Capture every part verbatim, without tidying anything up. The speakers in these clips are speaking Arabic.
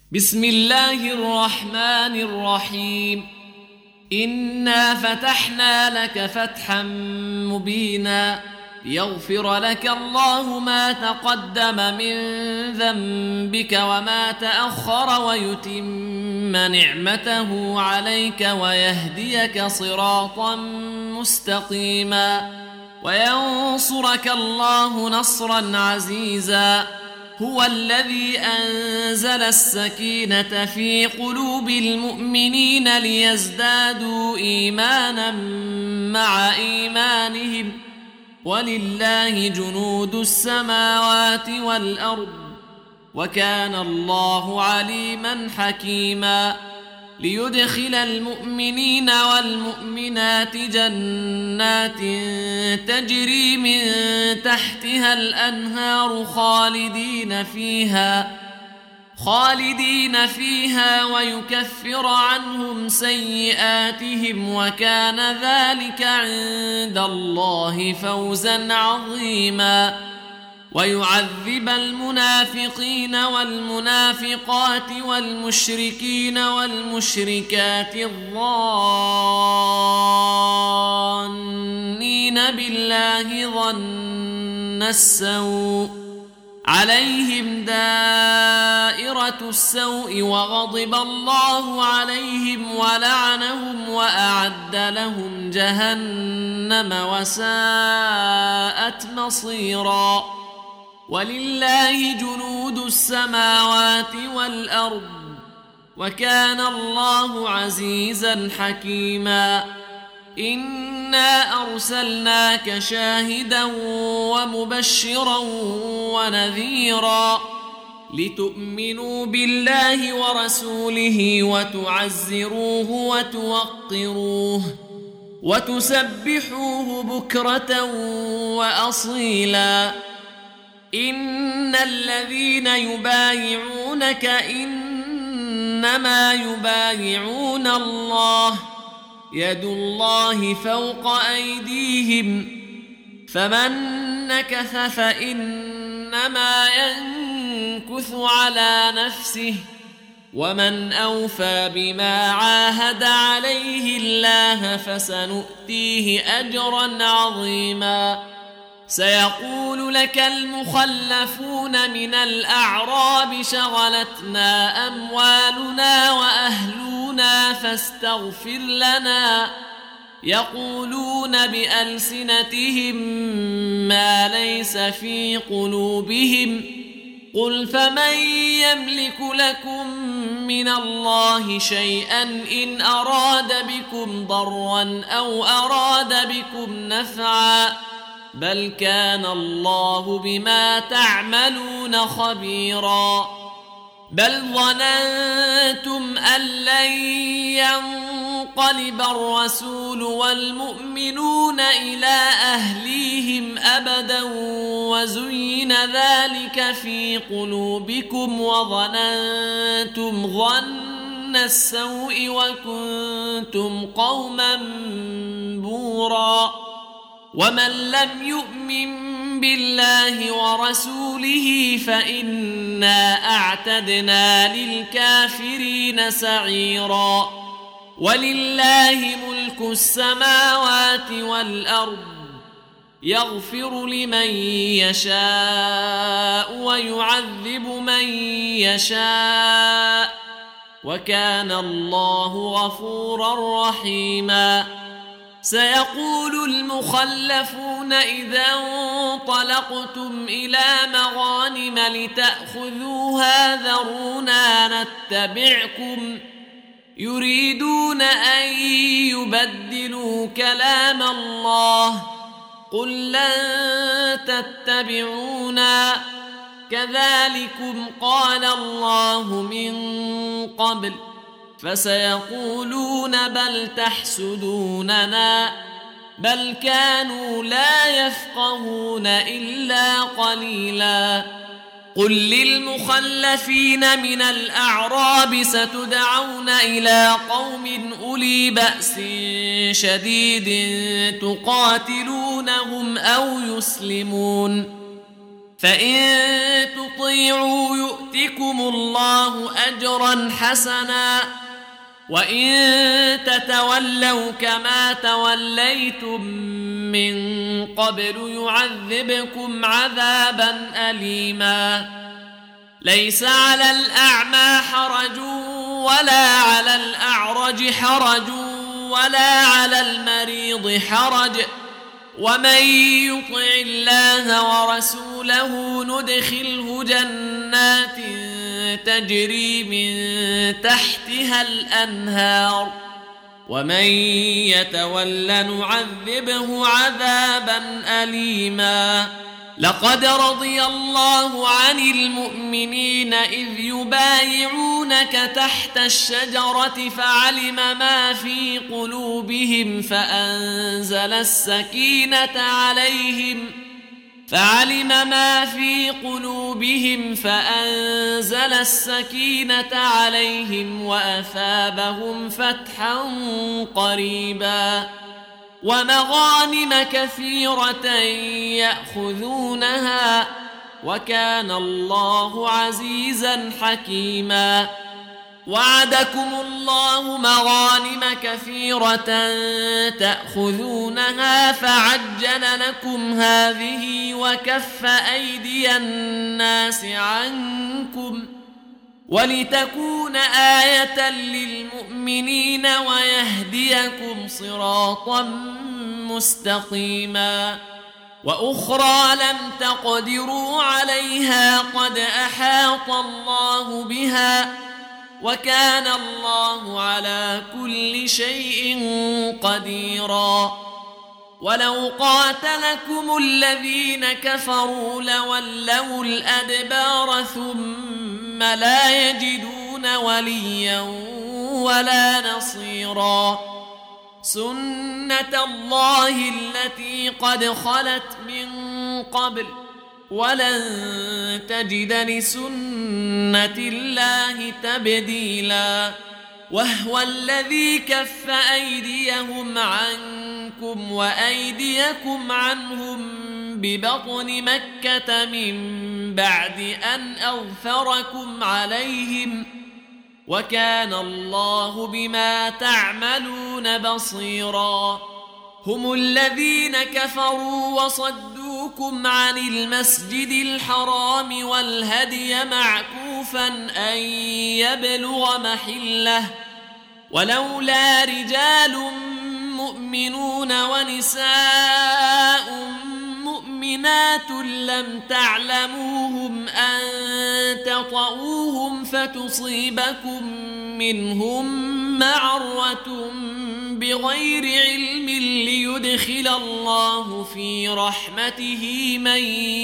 بسم الله الرحمن الرحيم. إنا فتحنا لك فتحا مبينا ليغفر لك الله ما تقدم من ذنبك وما تأخر ويتم نعمته عليك ويهديك صراطا مستقيما وينصرك الله نصرا عزيزا. هو الذي أنزل السكينة في قلوب المؤمنين ليزدادوا إيمانا مع إيمانهم ولله جنود السماوات والأرض وكان الله عليما حكيما. ليدخل المؤمنين والمؤمنات جنات تجري من تحتها الأنهار خالدين فيها خالدين فيها ويكفر عنهم سيئاتهم وكان ذلك عند الله فوزا عظيما. ويعذب المنافقين والمنافقات والمشركين والمشركات الظانين بالله ظن السوء عليهم دائرة السوء وغضب الله عليهم ولعنهم وأعد لهم جهنم وساءت مصيرا. ولله جنود السماوات والأرض وكان الله عزيزا حكيما. إنا أرسلناك شاهدا ومبشرا ونذيرا لتؤمنوا بالله ورسوله وتعزروه وتوقروه وتسبحوه بكرة وأصيلا. إن الذين يبايعونك إنما يبايعون الله يد الله فوق أيديهم فمن نكث فإنما ينكث على نفسه ومن أوفى بما عاهد عليه الله فسنؤتيه أجرا عظيما. سيقول لك المخلفون من الأعراب شغلتنا أموالنا وأهلنا فاستغفر لنا يقولون بألسنتهم ما ليس في قلوبهم قل فمن يملك لكم من الله شيئا إن أراد بكم ضرا أو أراد بكم نفعا بل كان الله بما تعملون خبيرا. بل ظننتم أن لن ينقلب الرسول والمؤمنون إلى أهليهم أبدا وزين ذلك في قلوبكم وظننتم ظن السوء وكنتم قوما بورا. ومن لم يؤمن بالله ورسوله فإنا أعتدنا للكافرين سعيرا. ولله ملك السماوات والأرض يغفر لمن يشاء ويعذب من يشاء وكان الله غفورا رحيما. سيقول المخلفون إذا انطلقتم إلى مغانم لتأخذوها ذرونا نتبعكم يريدون أن يبدلوا كلام الله قل لن تتبعونا كذلكم قال الله من قبل فسيقولون بل تحسدوننا بل كانوا لا يفقهون إلا قليلا. قل للمخلفين من الأعراب ستدعون إلى قوم أولي بأس شديد تقاتلونهم أو يسلمون فإن تطيعوا يؤتكم الله أجرا حسنا وإن تتولوا كما توليتم من قبل يعذبكم عذابا أليما ليس على الأعمى حرج ولا على الأعرج حرج ولا على المريض حرج ومن يطع الله ورسوله ندخله جنات تجري من تحتها الأنهار ومن يتول نعذبه عذابا أليما لقد رضي الله عن المؤمنين إذ يبايعونك تحت الشجرة فعلم ما في قلوبهم فأنزل السكينة عليهم فعلم ما في قلوبهم فأنزل السكينة عليهم وأثابهم فتحا قريبا ومغانم كثيرة يأخذونها وكان الله عزيزا حكيما وعدكم الله مغانم كثيرة تأخذونها فعجل لكم هذه وكف أيدي الناس عنكم ولتكون آية للمؤمنين ويهديكم صراطا مستقيما وأخرى لم تقدروا عليها قد أحاط الله بها وكان الله على كل شيء قديرا ولو قاتلكم الذين كفروا لولوا الأدبار ثم لا يجدون وليا ولا نصيرا سنة الله التي قد خلت من قبل ولن تجد لسنة الله تبديلا وهو الذي كف أيديهم عنكم وأيديكم عنهم ببطن مكة من بعد أن أظفركم عليهم وكان الله بما تعملون بصيرا هم الذين كفروا وصدوكم عن المسجد الحرام والهدي معكوفا أن يبلغ محله ولولا رجال مؤمنون ونساء مؤمنات لم تعلموهم أن تطؤوهم فتصيبكم منهم معرة بغير علم ليدخل الله في رحمته من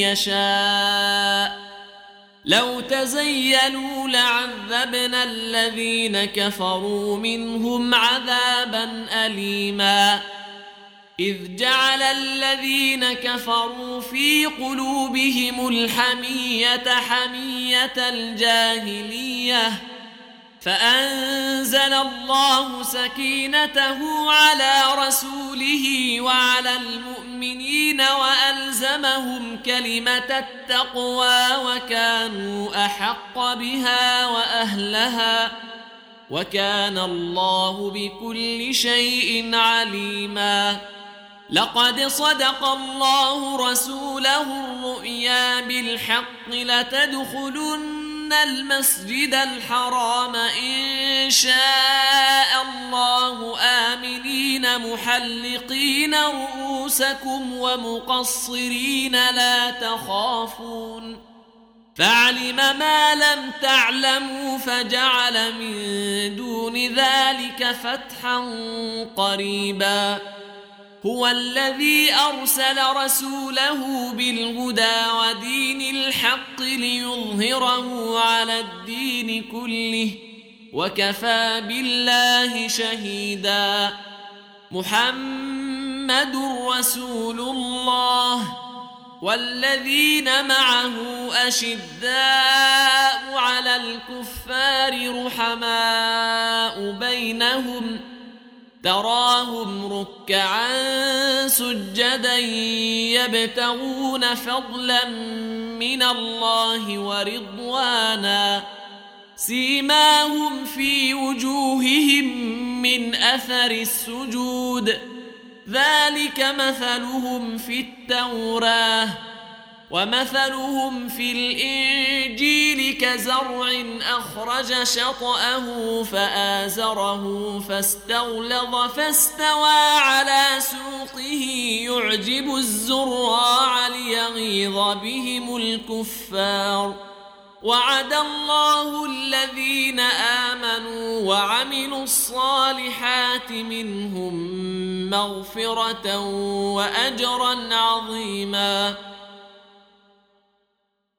يشاء لو تزيلوا لعذبنا الذين كفروا منهم عذابا أليما إذ جعل الذين كفروا في قلوبهم الحمية حمية الجاهلية فأنزل الله سكينته على رسوله وعلى المؤمنين وألزمهم كلمة التقوى وكانوا أحق بها وأهلها وكان الله بكل شيء عليما لقد صدق الله رسوله الرؤيا بالحق لتدخلن المسجد الحرام إن شاء الله آمنين محلقين رؤوسكم ومقصرين لا تخافون فعلم ما لم تعلموا فجعل من دون ذلك فتحا قريبا هو الذي أرسل رسوله بالهدى ودين الحق ليظهره على الدين كله وكفى بالله شهيدا محمد رسول الله والذين معه أشداء على الكفار رحماء بينهم تراهم ركعا سجدا يبتغون فضلا من الله ورضوانا سيماهم في وجوههم من أثر السجود ذلك مثلهم في التوراة ومثلهم في الإنجيل كزرع أخرج شطأه فآزره فاستغلظ فاستوى على سوقه يعجب الزراع ليغيظ بهم الكفار وعد الله الذين آمنوا وعملوا الصالحات منهم مغفرة وأجرا عظيما